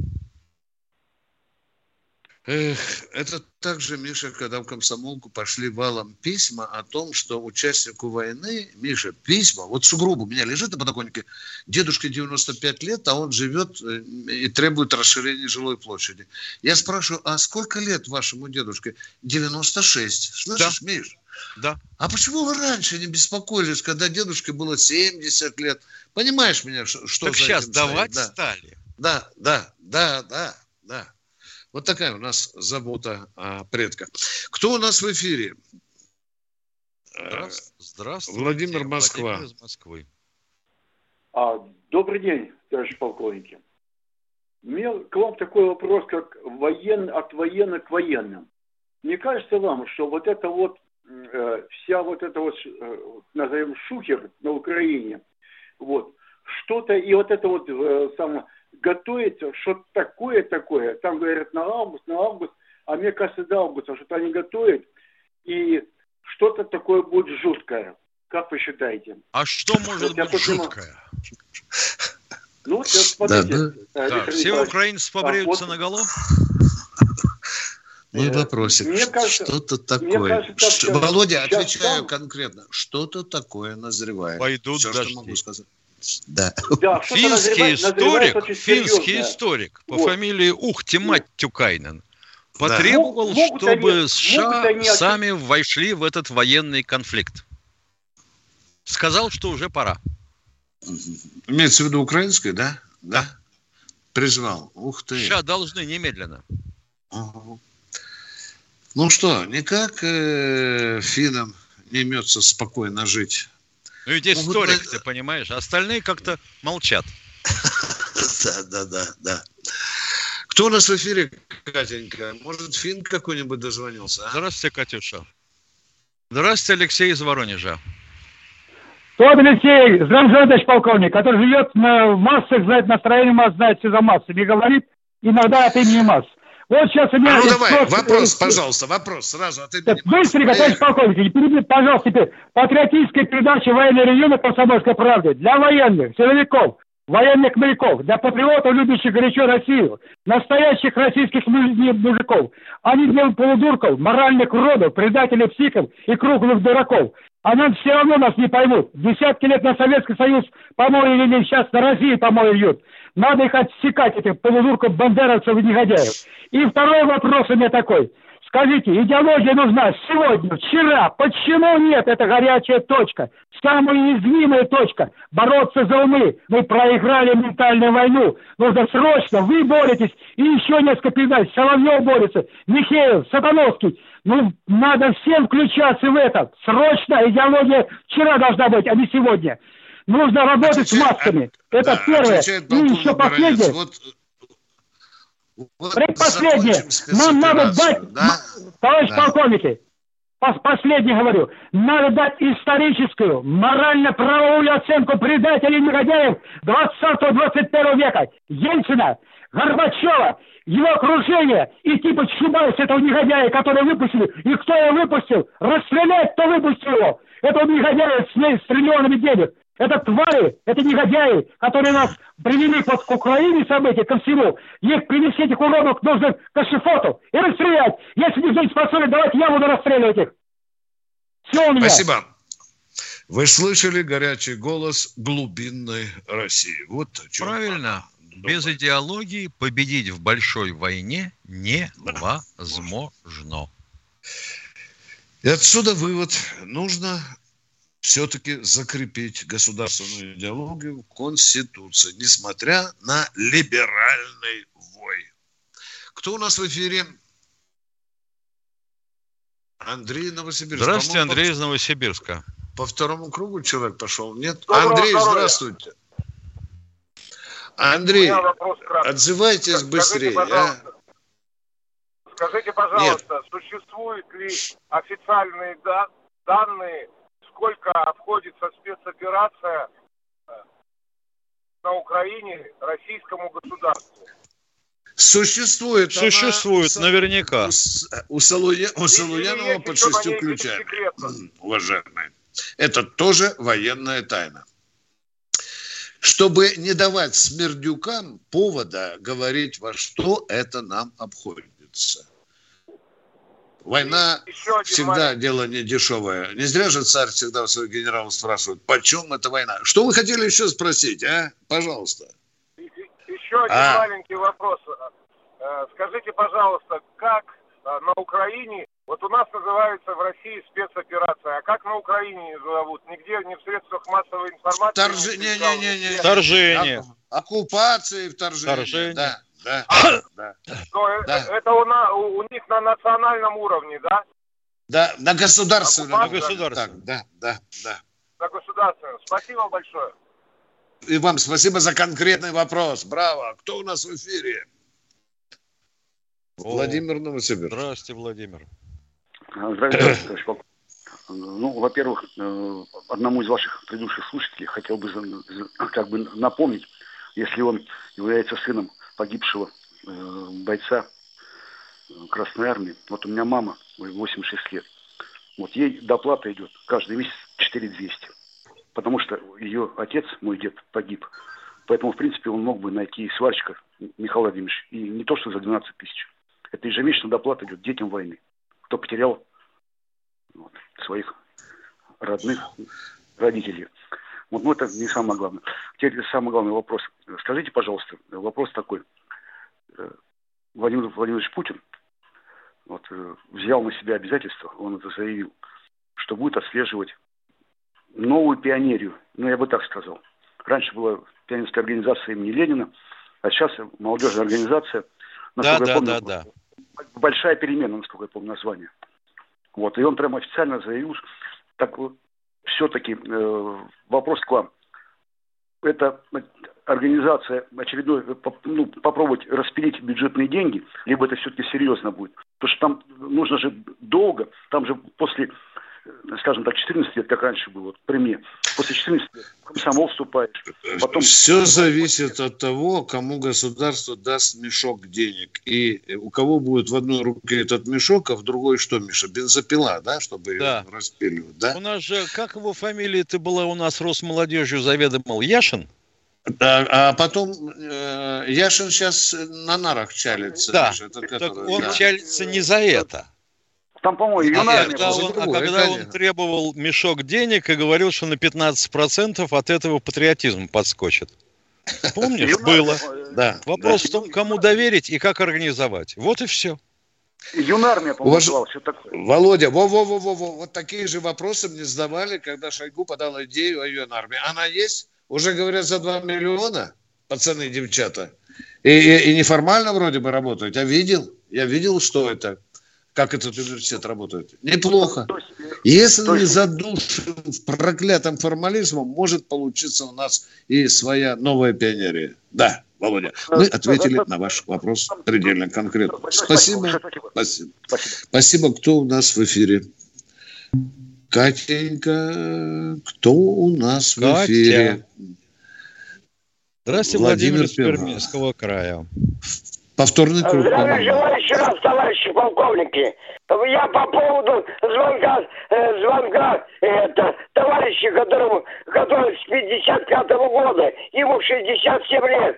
Эх, это так же, Миша, когда в комсомолку пошли валом письма о том, что участнику войны, Миша, письма, вот сугроб у меня лежит на подоконнике, дедушке девяносто пять лет, а он живет и требует расширения жилой площади. Я спрашиваю, а сколько лет вашему дедушке? девяносто шесть. Слышишь, да. Миш? Да. А почему вы раньше не беспокоились, когда дедушке было семьдесят лет? Понимаешь меня, что так за сейчас этим давать стоит? стали. Да, да, да, да, да. Вот такая у нас забота о предках. Кто у нас в эфире? Здравствуйте. Здравствуйте. Владимир, Москва. Владимир из Москвы. А, добрый день, товарищи полковники. У меня к вам такой вопрос, как воен... от военных к военным. Не кажется вам, что вот это вот, э, вся вот эта вот, э, назовем, шухер на Украине, вот, что-то, и вот это вот э, самое... готовится что-то такое-такое. Там говорят на август, на август, а мне кажется, до августа что-то они готовят, и что-то такое будет жуткое. Как вы считаете? А что может вот быть жуткое? Ну, сейчас смотрите. Да, да. Да, все украинцы побреются а, вот... наголо? Ну, вопросик. Мне кажется, что-то такое. Кажется, Ш... Володя, отвечаю там... конкретно. Что-то такое назревает. Пойдут все, дожди. Что могу сказать. Да. Да, финский назревает, историк, назревает финский историк по вот. фамилии Ухти Маттюкайнен Потребовал, да. чтобы они, США они... сами вошли в этот военный конфликт. Сказал, что уже пора. Имеется в виду украинское, да? Да. Призвал. Ух ты. США должны немедленно. Угу. Ну что, никак э, финнам не имется спокойно жить. Ну ведь историк, ну, ты понимаешь, остальные как-то молчат. Да, да, да, да. Кто у нас в эфире, Катенька? Может, финн какой-нибудь дозвонился? А? Здравствуйте, Катюша. Здравствуйте, Алексей из Воронежа. Тот Алексей, здравствуйте, товарищ полковник, который живет на массах, знает настроение масс, знает все за массами, и говорит иногда от имени масс. Вот сейчас у меня... А ну давай, спрос... вопрос, пожалуйста, вопрос сразу от имени масс. Быстренько, товарищ полковник, не перебейте, пожалуйста, теперь. Патриотическая передача «Военный район» на «Комсомольской правде» для военных, силовиков, военных моряков, для патриотов, любящих горячо Россию, настоящих российских мужиков. Они для полудурков, моральных уродов, предателей психов и круглых дураков. А нам все равно нас не поймут. Десятки лет на Советский Союз помои или сейчас на России помои льют. Надо их отсекать, этих полудурков, бандеровцев и негодяев. И второй вопрос у меня такой. Скажите, идеология нужна сегодня, вчера. Почему нет? Это горячая точка. Самая уязвимая точка. Бороться за умы. Мы проиграли ментальную войну. Нужно срочно. Вы боретесь. И еще несколько передач. Соловьев борется. Михеев, Сатановский. Ну, надо всем включаться в это. Срочно. Идеология вчера должна быть, а не сегодня. Нужно работать отвечает, с масками. Это да, первое. И еще последнее. Вот... Вот Предпоследнее. Нам надо дать, да? товарищ да. полковники, последнее говорю, надо дать историческую, морально-правовую оценку предателей негодяев двадцатого-двадцать первого века. Ельцина, Горбачева, его окружение и типа Чубайса, этого негодяя, который выпустили. И кто его выпустил? Расстрелять, кто выпустил его. Этого негодяя с, с триллионами денег. Это твари, это негодяи, которые нас привели вот к Украине события, ко всему. Их привести, этих уродов, нужно к эшафоту и расстрелять. Если никто не способен, давайте я буду расстреливать их. Все у меня. Спасибо. Вы слышали горячий голос глубинной России. Вот о чем. Правильно. Без идеологии победить в большой войне невозможно. И отсюда вывод. Нужно... все-таки закрепить государственную идеологию в Конституции, несмотря на либеральный вой. Кто у нас в эфире? Андрей Новосибирск. Здравствуйте, Андрей из Новосибирска. По второму кругу человек пошел? Нет? Доброго Андрей, здоровья. Здравствуйте. Андрей, отзывайтесь Скажите, быстрее. Пожалуйста, а? Скажите, пожалуйста, Нет. существуют ли официальные да- данные, сколько обходится спецоперация на Украине российскому государству? Существует. Существует, она, наверняка. У, у, Салуя, у Салуянова под шестью ключами, уважаемые. Это тоже военная тайна. Чтобы не давать смердюкам повода говорить, во что это нам обходится. Война всегда момент. Дело не дешевое. Не зря же царь всегда у своих генералов спрашивает, почем эта война? Что вы хотели еще спросить, а? Пожалуйста. Еще один а. маленький вопрос. Скажите, пожалуйста, как на Украине, вот у нас называется в России спецоперация, а как на Украине зовут? Нигде, не в средствах массовой информации? Вторжение. Не, не, не, не. Вторжение. Оккупация и вторжение. Вторжение. Да. Да, а, да, но да. Это, это у, на, у, у них на национальном уровне, да? Да, на государственном. На государственном. Да, да, да. На государственном. Спасибо большое. И вам спасибо за конкретный вопрос. Браво. Кто у нас в эфире? О, Владимир Новосибирск. Здравствуйте, Владимир. Здравствуйте, товарищ полковник. Ну, во-первых, одному из ваших предыдущих слушателей хотел бы как бы напомнить, если он является сыном погибшего э, бойца Красной Армии. Вот у меня мама, восемьдесят шесть лет. Вот ей доплата идет каждый месяц четыре тысячи двести. Потому что ее отец, мой дед, погиб. Поэтому, в принципе, он мог бы найти сварщика, Михаил Владимирович, и не то, что за двенадцать тысяч. Это ежемесячная доплата идет детям войны. Кто потерял вот, своих родных родителей. Вот, ну, это не самое главное. Теперь самый главный вопрос. Скажите, пожалуйста, вопрос такой. Владимир Владимирович Путин взял на себя обязательство, он это заявил, что будет отслеживать новую пионерию, ну, я бы так сказал. Раньше была пионерская организация имени Ленина, а сейчас молодежная организация, да, да, помню, да, да. большая перемена, насколько я помню название. Вот, и он прямо официально заявил, так вот, все-таки э, вопрос к вам. Это организация очередной, ну, попробовать распилить бюджетные деньги, либо это все-таки серьезно будет. Потому что там нужно же долго, там же после, скажем так, четырнадцати лет, как раньше было, вот, при мне, после четырнадцати лет в комсомол вступаешь. Потом... Все зависит от того, кому государство даст мешок денег. И у кого будет в одной руке этот мешок, а в другой что, Миша? Бензопила, да, чтобы да. ее распиливать, да? У нас же, как его фамилия-то была у нас, Росмолодежью заведомил? Яшин? Да, а потом э, Яшин сейчас на нарах чалится. Да, Миша, это так который, он да. чалится не за это. Там, по-моему, а, а когда, он, а когда он требовал мешок денег и говорил, что на пятнадцать процентов от этого патриотизм подскочит. Помнишь? Было. Да. Вопрос да. в том, кому доверить и как организовать. Вот и все. Юнармия, по-моему, называлась, что такое. Володя, во-во-во-во, вот такие же вопросы мне задавали, когда Шойгу подал идею о юнармии. Она есть? Уже, говорят, за два миллиона, пацаны и девчата. И, и, и неформально вроде бы работают. Я видел, я видел, что это, как этот университет работает. Неплохо. Если не задушим проклятым формализмом, может получиться у нас и своя новая пионерия. Да, Володя, мы ответили на ваш вопрос предельно конкретно. Спасибо. Спасибо. Спасибо. Кто у нас в эфире? Катенька, кто у нас Катя. в эфире? Здравствуйте, Владимир, Владимир из Пермского края. Повторный круг. Здравия желаю еще раз, товарищи полковники. Я по поводу звонка, э, звонка это, товарища, которому, который с пятьдесят пятого года, ему шестьдесят семь лет.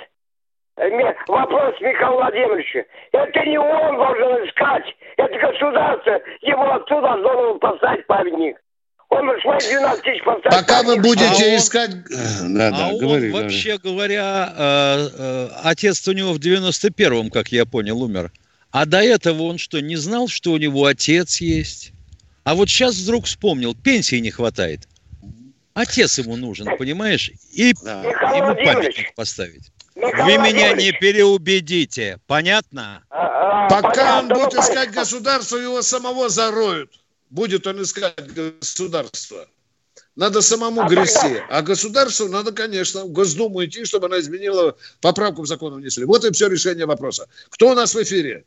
Вопрос Михаилу Владимировичу. Это не он должен искать, это государство. Ему отсюда должен поставить памятник. Он свои двенадцать тысяч поставит. Пока вы будете а искать... Он, да, да, а говори, он, вообще говори. говоря, э, э, отец у него в девяносто первом, как я понял, умер. А до этого он что, не знал, что у него отец есть? А вот сейчас вдруг вспомнил, пенсии не хватает. Отец ему нужен, понимаешь? И да. ему памятник поставить. Вы меня не переубедите, понятно? Пока он будет искать государство, его самого зароют. Будет он искать государство. Надо самому грести. А государству надо, конечно, в Госдуму идти, чтобы она изменила, поправку в закон внесли. Вот и все решение вопроса. Кто у нас в эфире?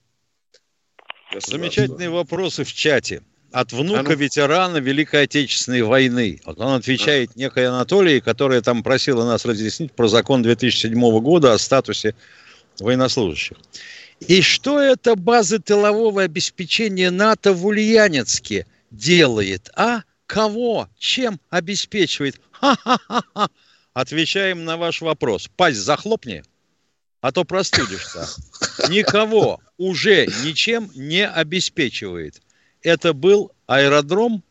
Замечательные вопросы в чате. От внука а ну. ветерана Великой Отечественной войны. Вот он отвечает а. некой Анатолии, которая там просила нас разъяснить про закон две тысячи седьмого года о статусе военнослужащих. И что эта база тылового обеспечения НАТО в Ульяновске делает? А? Кого? Чем обеспечивает? Ха-ха-ха-ха. Отвечаем на ваш вопрос. Пасть захлопни, а то простудишься. Никого уже ничем не обеспечивает. Это был аэродром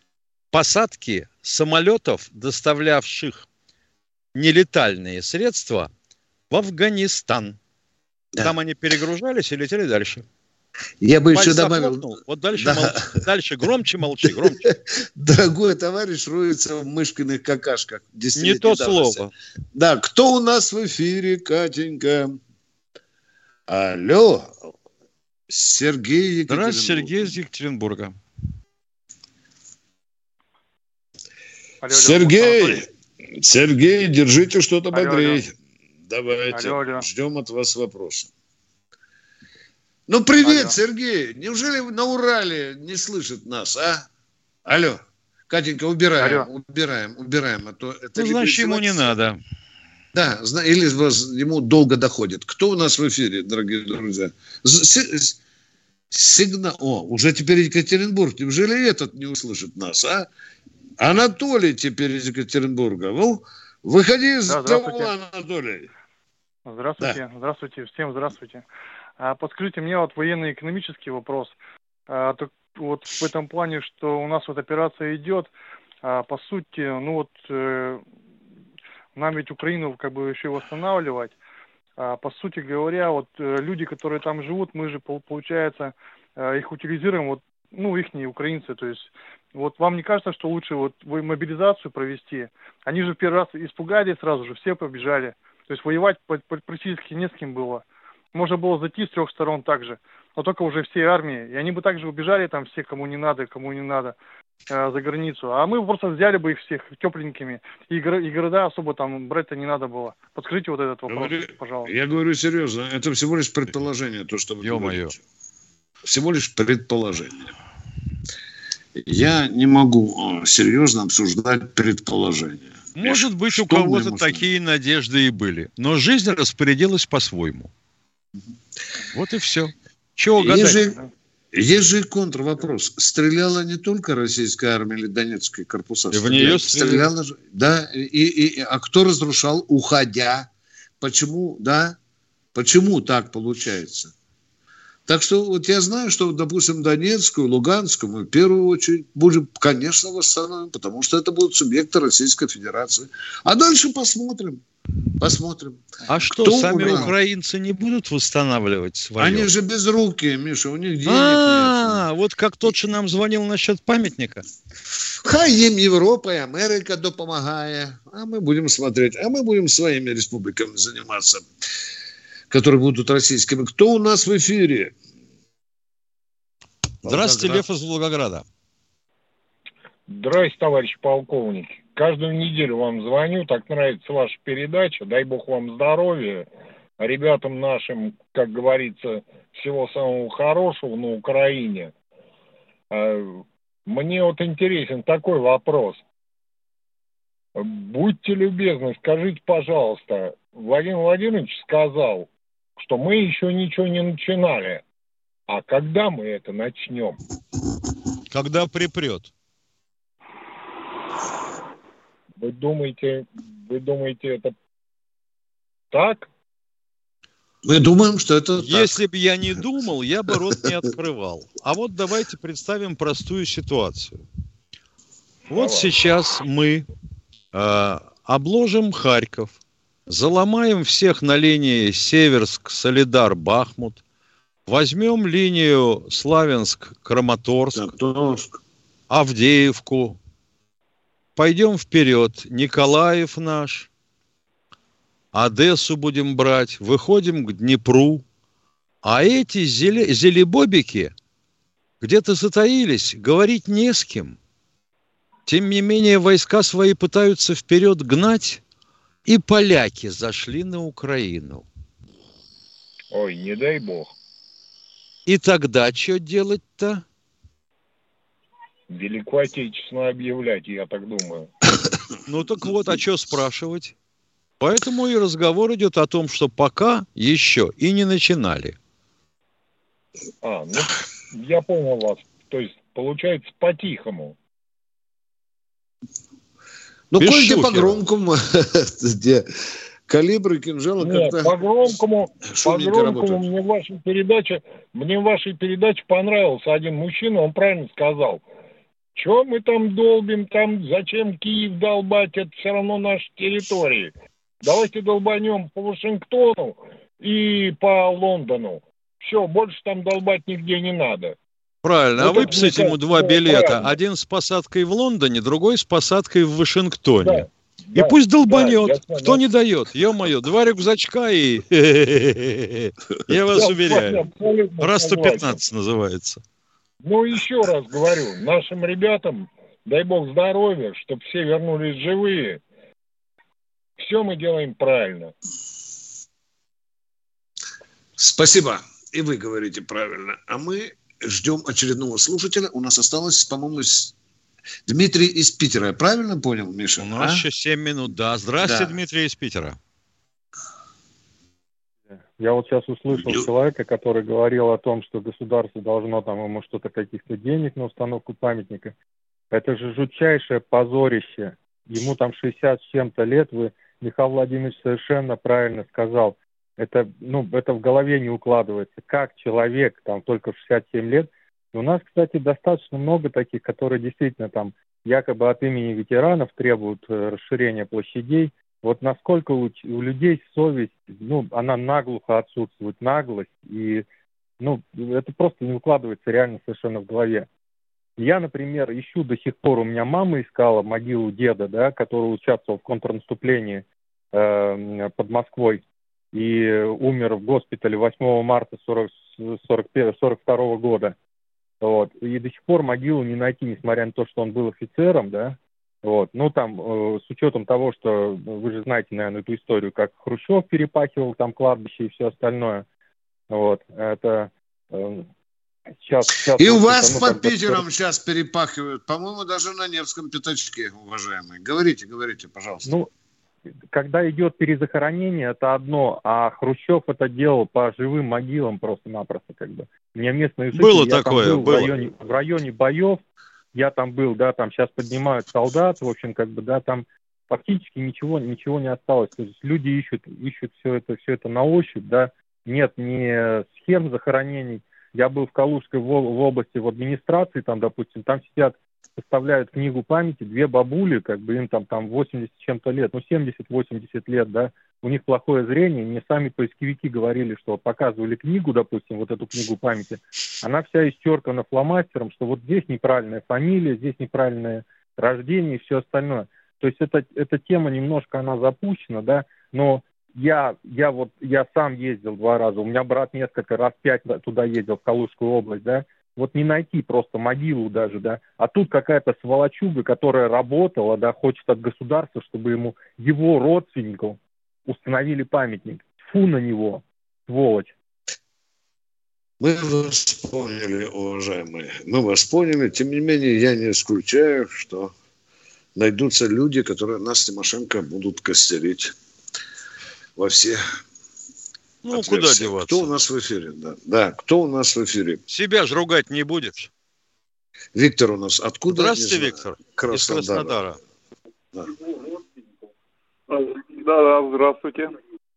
посадки самолетов, доставлявших нелетальные средства в Афганистан. Да. Там они перегружались и летели дальше. Я бы Пальц еще добавил... Вот дальше, да. молчи, дальше громче молчи, громче. Дорогой товарищ роется в мышкиных какашках. Не то слово. Да, кто у нас в эфире, Катенька? Алло. Сергей Екатеринбург. Здравствуйте, Сергей из Екатеринбурга. Алло, Сергей, алло. Сергей, держите что-то бодрей. Давайте, алло, алло. Ждем от вас вопроса. Ну, привет, алло. Сергей. Неужели на Урале не слышит нас, а? Алло. Катенька, убираем, алло. убираем, убираем. А то это ну, значит, ему не надо. Да, или ему долго доходит. Кто у нас в эфире, дорогие друзья? Сигнал. О, уже теперь Екатеринбург. Неужели этот не услышит нас, а? Анатолий теперь из Екатеринбурга. Ну, выходи из да, дома, Анатолий. Здравствуйте, да. здравствуйте, всем здравствуйте. А, подскажите мне вот военно-экономический вопрос. А, так, вот в этом плане, что у нас вот операция идет, а, по сути, ну вот э, нам ведь Украину как бы еще восстанавливать. А, по сути говоря, вот э, люди, которые там живут, мы же получается э, их утилизируем вот ну, ихние украинцы, то есть, вот вам не кажется, что лучше вот вы мобилизацию провести? Они же первый раз испугались сразу же, все побежали. То есть воевать практически не с кем было. Можно было зайти с трех сторон также, но только уже все армии. И они бы также убежали там все, кому не надо, кому не надо, э, за границу. А мы просто взяли бы их всех тепленькими. И, горо- и города особо там брать-то не надо было. Подскажите вот этот вопрос, Говорю, пожалуйста. Я говорю серьезно, это всего лишь предположение, то, что вы говорите. Всего лишь предположение. Я не могу серьезно обсуждать предположения. Может быть, что у кого-то можно... такие надежды и были. Но жизнь распорядилась по-своему. Вот и все. Чего гадать? Есть же, есть же и контрвопрос. Стреляла не только российская армия или донецкие корпуса. И в нее стреляла же. Да, и, и, а кто разрушал, уходя? Почему, да? Почему так получается? Так что вот я знаю, что, допустим, Донецкую, Луганскую мы в первую очередь будем, конечно, восстановим, потому что это будут субъекты Российской Федерации. А дальше посмотрим. Посмотрим. А что, Кто сами угнал? Украинцы не будут восстанавливать свое? Они же безрукие, Миша, у них денег А, нет. вот как тот же нам звонил насчет памятника. Хай им Европа и Америка допомагає, а мы будем смотреть, а мы будем своими республиками заниматься, которые будут российскими. Кто у нас в эфире? Здравствуйте, Лев из Волгограда. Здравствуйте, товарищ полковник. Каждую неделю вам звоню, так нравится ваша передача. Дай бог вам здоровья. Ребятам нашим, как говорится, всего самого хорошего на Украине. Мне вот интересен такой вопрос. Будьте любезны, скажите, пожалуйста, Владимир Владимирович сказал, что мы еще ничего не начинали. А когда мы это начнем? Когда припрет. Вы думаете, вы думаете, это так? Мы думаем, что это так. Если бы я не думал, я бы рот не открывал. А вот давайте представим простую ситуацию. Вот Давай. сейчас мы э, обложим Харьков, заломаем всех на линии Северск, Солидар, Бахмут, возьмем линию Славянск, Краматорск, Авдеевку, пойдем вперед, Николаев наш, Одессу будем брать, выходим к Днепру, а эти зеле- зелебобики где-то затаились, говорить не с кем. Тем не менее, войска свои пытаются вперед гнать, и поляки зашли на Украину. Ой, не дай бог. И тогда что делать-то? Великую Отечественную объявлять, я так думаю. Ну так вот, а что спрашивать? Поэтому и разговор идет о том, что пока еще и не начинали. А, ну, я понял вас. То есть, получается, по-тихому. Ну, Без кое-где шухера. по-громкому, где калибры, кинжалы Нет, как-то по-громкому, шумненько по-громкому работают. мне в вашей передаче, мне в вашей передаче понравился один мужчина, он правильно сказал. Че мы там долбим, там зачем Киев долбать, это все равно наши территории. Давайте долбанем по Вашингтону и по Лондону. Все, больше там долбать нигде не надо. Правильно, Вот а это, выписать мне ему два кажется, билета. правильно. Один с посадкой в Лондоне, другой с посадкой в Вашингтоне. И Да, пусть да, долбанет. я понял. Кто не дает? Ё-моё, два рюкзачка и... Я вас Я уверяю. абсолютно Раз сто согласен. пятнадцать называется. Ну, еще раз говорю, нашим ребятам, дай бог здоровья, чтобы все вернулись живые. Все мы делаем правильно. Спасибо. И вы говорите правильно. А мы ждем очередного слушателя. У нас осталось, по-моему, с- Дмитрий из Питера. Я правильно понял, Миша? У нас а? еще семь минут. Да, здравствуйте, Да. Дмитрий из Питера. Я вот сейчас услышал человека, который говорил о том, что государство должно там ему что-то, каких-то денег на установку памятника. Это же жутчайшее позорище. Ему там шестьдесят с чем-то лет. Вы, Михаил Владимирович, совершенно правильно сказал. Это, ну, это в голове не укладывается. Как человек, там, только в шестьдесят семь лет. У нас, кстати, достаточно много таких, которые действительно там якобы от имени ветеранов требуют э, расширения площадей. Вот насколько у, у людей совесть, ну, она наглухо отсутствует, наглость, и, ну, это просто не укладывается реально совершенно в голове. Я, например, ищу до сих пор, у меня мама искала могилу деда, да, который участвовал в контрнаступлении э, под Москвой и умер в госпитале восьмого марта сорок второго года. Вот. И до сих пор могилу не найти, несмотря на то, что он был офицером, да. Вот. Ну, там, э, с учетом того, что вы же знаете, наверное, эту историю, как Хрущев перепахивал там кладбище и все остальное. Вот. Это э, сейчас, сейчас... И у вас ну, под как Питером сейчас перепахивают, по-моему, даже на Невском пятачке, уважаемые. Говорите, говорите, пожалуйста. Ну, когда идет перезахоронение, это одно, а Хрущев это делал по живым могилам просто-напросто, как бы. Мне местные жители, было я такое, там был было. В районе, в районе боев, я там был, да, там сейчас поднимают солдат, в общем, как бы, да, там фактически ничего, ничего не осталось. То есть люди ищут, ищут все это, все это на ощупь, да, нет ни схем захоронений. Я был в Калужской в, в области, в администрации, там, допустим, там сидят, составляют книгу памяти, две бабули, как бы им там, там восемьдесят с чем-то лет, ну семьдесят-восемьдесят лет, да, у них плохое зрение, мне сами поисковики говорили, что показывали книгу, допустим, вот эту книгу памяти, она вся исчеркана фломастером, что вот здесь неправильная фамилия, здесь неправильное рождение и все остальное. То есть это, эта тема немножко, она запущена, да, но я, я вот, я сам ездил два раза, у меня брат несколько раз, пять туда ездил, в Калужскую область, да, вот не найти просто могилу даже, да, а тут какая-то сволочуга, которая работала, да, хочет от государства, чтобы ему, его родственникам установили памятник. Фу на него, сволочь. Мы вас поняли, уважаемые, мы вас поняли, тем не менее я не исключаю, что найдутся люди, которые нас, Тимошенко, будут костерить во все... Ну, отверстия. куда деваться? Кто у нас в эфире? Да. да, кто у нас в эфире? Себя же ругать не будешь. Виктор у нас откуда? Здравствуйте, Виктор. Краснодара. Из Краснодара. Да. да, да, здравствуйте.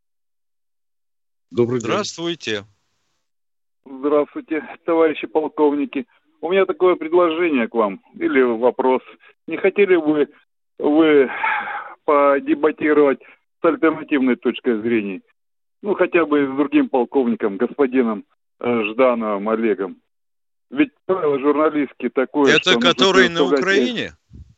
Добрый день. Здравствуйте. Здравствуйте, товарищи полковники. У меня такое предложение к вам, или вопрос. Не хотели бы вы подебатировать с альтернативной точкой зрения? Ну, хотя бы с другим полковником, господином э, Ждановым Олегом. Ведь правило журналистские такое... Это который на Украине?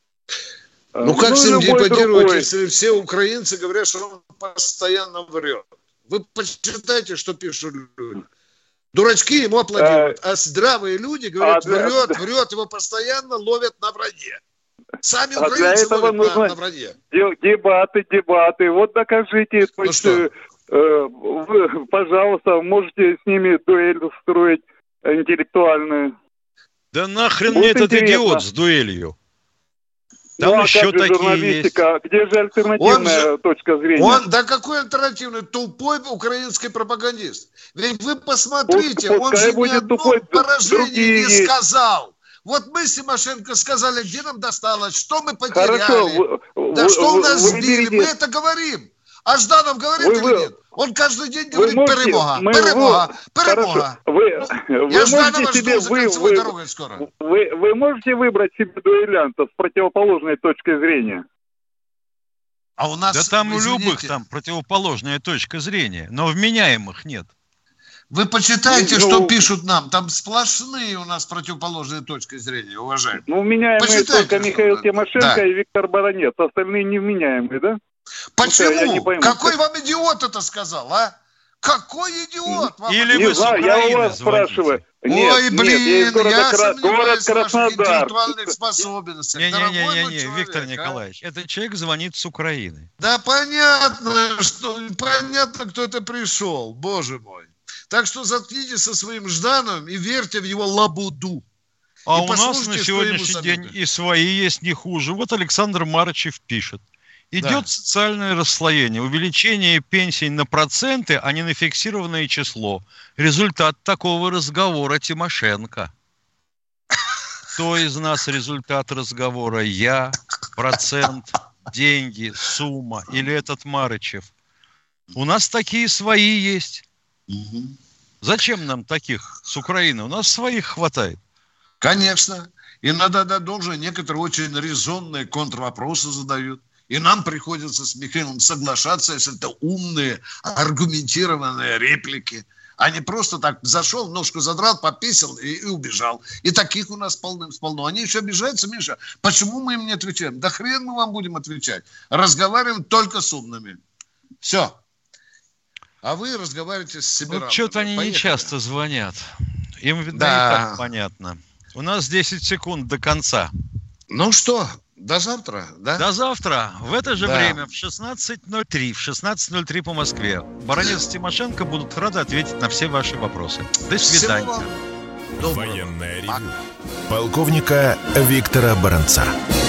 Ну, как ну, с ним дебатировать, если все украинцы говорят, что он постоянно врет? Вы почитайте, что пишут люди. Дурачки ему аплодируют, а, а здравые люди говорят, а, врет, да, врет, его постоянно ловят на вранье. Сами а украинцы ловят нужно на, на вранье. Дебаты, дебаты. Вот докажите... Ну что? Вы, пожалуйста, можете с ними дуэль устроить интеллектуальную. Да нахрен мне этот интересно. Идиот с дуэлью? Там ну, еще а такие есть. Где же альтернативная же, точка зрения? Он, да какой альтернативный? Тупой украинский пропагандист. Ведь вы посмотрите, Пусть, он же ни одно поражение не сказал. Вот мы с Тимошенко сказали, где нам досталось, что мы потеряли, Хорошо, да вы, что вы, у нас вы, сбили. вы, мы это говорим. А Жданов говорит вы, или вы, нет? Он каждый день говорит можете, перемога, мы, перемога, вы, перемога. Вы, ну, вы я можете себе, вы, вы, скоро. Вы, вы можете выбрать себе дуэлянта с противоположной точкой зрения? А у нас, да там у любых там противоположная точка зрения, но вменяемых нет. Вы почитайте, ну, что пишут нам. Там сплошные у нас противоположные точки зрения, уважаемые. Ну, вменяемые только Михаил что... Тимошенко да. и Виктор Баранец. Остальные невменяемые, да? Почему? Не пойму, Какой вам идиот это сказал, а? Какой идиот? Вам Или не вы знаю, я у вас звоните. Спрашиваю. Нет, Ой, блин, нет, я из города, я Кра... город Краснодар. Интеллектуальных способностей. Не-не-не, Виктор Николаевич, а? Этот человек звонит с Украины. Да понятно, что понятно, кто это пришел, боже мой. Так что заткнитесь со своим Ждановым и верьте в его лабуду. А и у нас на сегодняшний день и свои есть не хуже. Вот Александр Марычев пишет. Идет да. социальное расслоение, увеличение пенсий на проценты, а не на фиксированное число. Результат такого разговора Тимошенко. Кто из нас результат разговора? Я, процент, деньги, сумма или этот Марычев? У нас такие свои есть. Угу. Зачем нам таких с Украины? У нас своих хватает. Конечно. И надо дать должное, некоторые очень резонные контрвопросы задают. И нам приходится с Михаилом соглашаться, если это умные, аргументированные реплики. А не просто так зашел, ножку задрал, пописал и, и убежал. И таких у нас полным-полно. Они еще обижаются, Миша. Почему мы им не отвечаем? Да хрен мы вам будем отвечать. Разговариваем только с умными. Все. А вы разговариваете с себе. Ну, что-то они не часто звонят. Им, видно, да. и так понятно. У нас десять секунд до конца. Ну что, до завтра, да? До завтра. В это же да. время в шестнадцать ноль три, в шестнадцать ноль три по Москве Баранец и Тимошенко будут рады ответить на все ваши вопросы. До свидания. Военное ревю полковника Виктора Баранца.